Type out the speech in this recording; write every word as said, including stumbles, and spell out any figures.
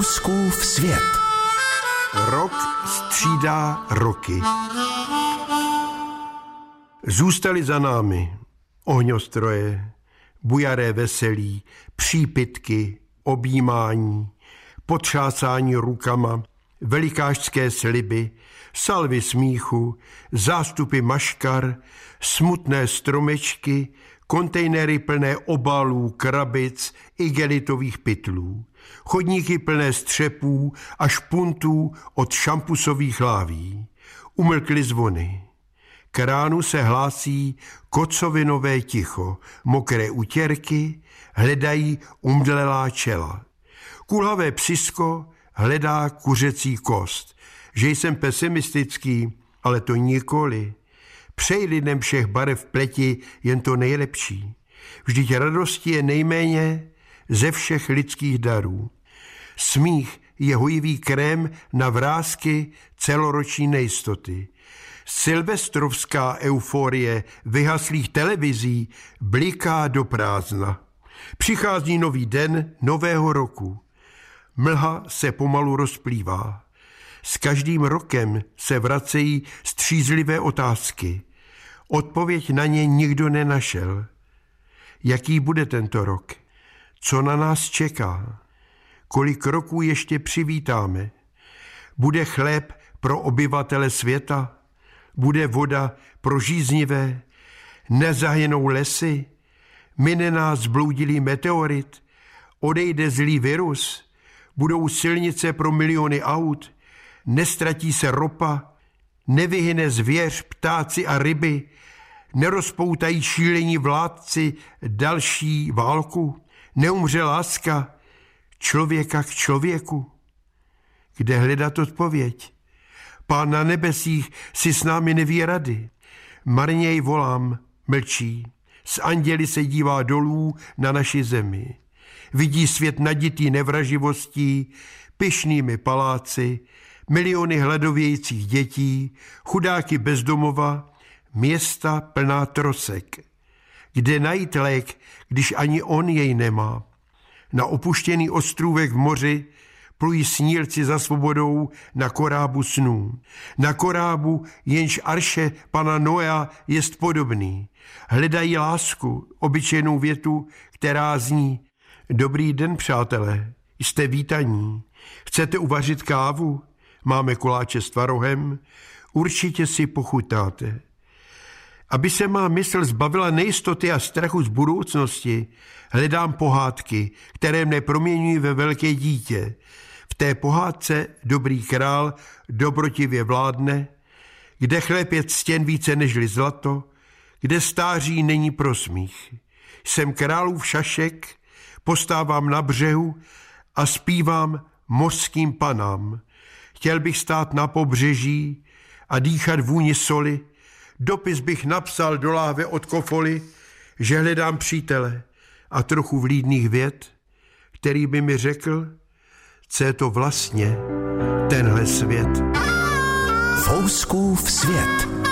Fouskův svět. Rok střídá roky. Zůstali za námi ohňostroje, bujaré veselí, přípitky, objímání, potřásání rukama, velikářské sliby, salvy smíchu, zástupy maškar, smutné stromečky, kontejnery plné obalů, krabic, igelitových pytlů, chodníky plné střepů a špuntů od šampusových láví. Umlkly zvony. K ránu se hlásí kocovinové ticho, mokré utěrky hledají umdlelá čela. Kulhavé psisko hledá kuřecí kost. Že jsem pesimistický, ale to nikoli. Přeji lidem všech barev pleti jen to nejlepší. Vždyť radosti je nejméně ze všech lidských darů. Smích je hojivý krém na vrásky celoroční nejistoty. Silvestrovská euforie vyhaslých televizí bliká do prázdna. Přichází nový den nového roku. Mlha se pomalu rozplývá. S každým rokem se vracejí střízlivé otázky. Odpověď na ně nikdo nenašel. Jaký bude tento rok? Co na nás čeká? Kolik roků ještě přivítáme? Bude chléb pro obyvatele světa? Bude voda pro žíznivé? Nezahynou lesy? Mine nás zbloudilý meteorit? Odejde zlý virus? Budou silnice pro miliony aut? Nestratí se ropa? Nevyhyne zvěř, ptáci a ryby? Nerozpoutají šílení vládci další válku? Neumře láska člověka k člověku? Kde hledat odpověď? Pán na nebesích si s námi neví rady. Marně jej volám, mlčí. S anděli se dívá dolů na naši zemi. Vidí svět naditý nevraživostí, pyšnými paláci, miliony hladovějících dětí, chudáky bezdomova, města plná trosek. Kde najít lék, když ani on jej nemá? Na opuštěný ostrůvek v moři plují snílci za svobodou na korábu snů. Na korábu, jenž arše pana Noea jest podobný. Hledají lásku, obyčejnou větu, která zní: Dobrý den, přátelé, jste vítaní. Chcete uvařit kávu? Máme koláče s tvarohem? Určitě si pochutáte. Aby se má mysl zbavila nejistoty a strachu z budoucnosti, hledám pohádky, které mne proměňují ve velké dítě. V té pohádce dobrý král dobrotivě vládne, kde chléb je ctěn více nežli zlato, kde stáří není prosmích. Jsem králův šašek, postávám na břehu a zpívám mořským panám. Chtěl bych stát na pobřeží a dýchat vůni soli. Dopis bych napsal do láhve od kofoly, že hledám přítele a trochu vlídných vět, který by mi řekl, co je to vlastně tenhle svět. Fouskův svět.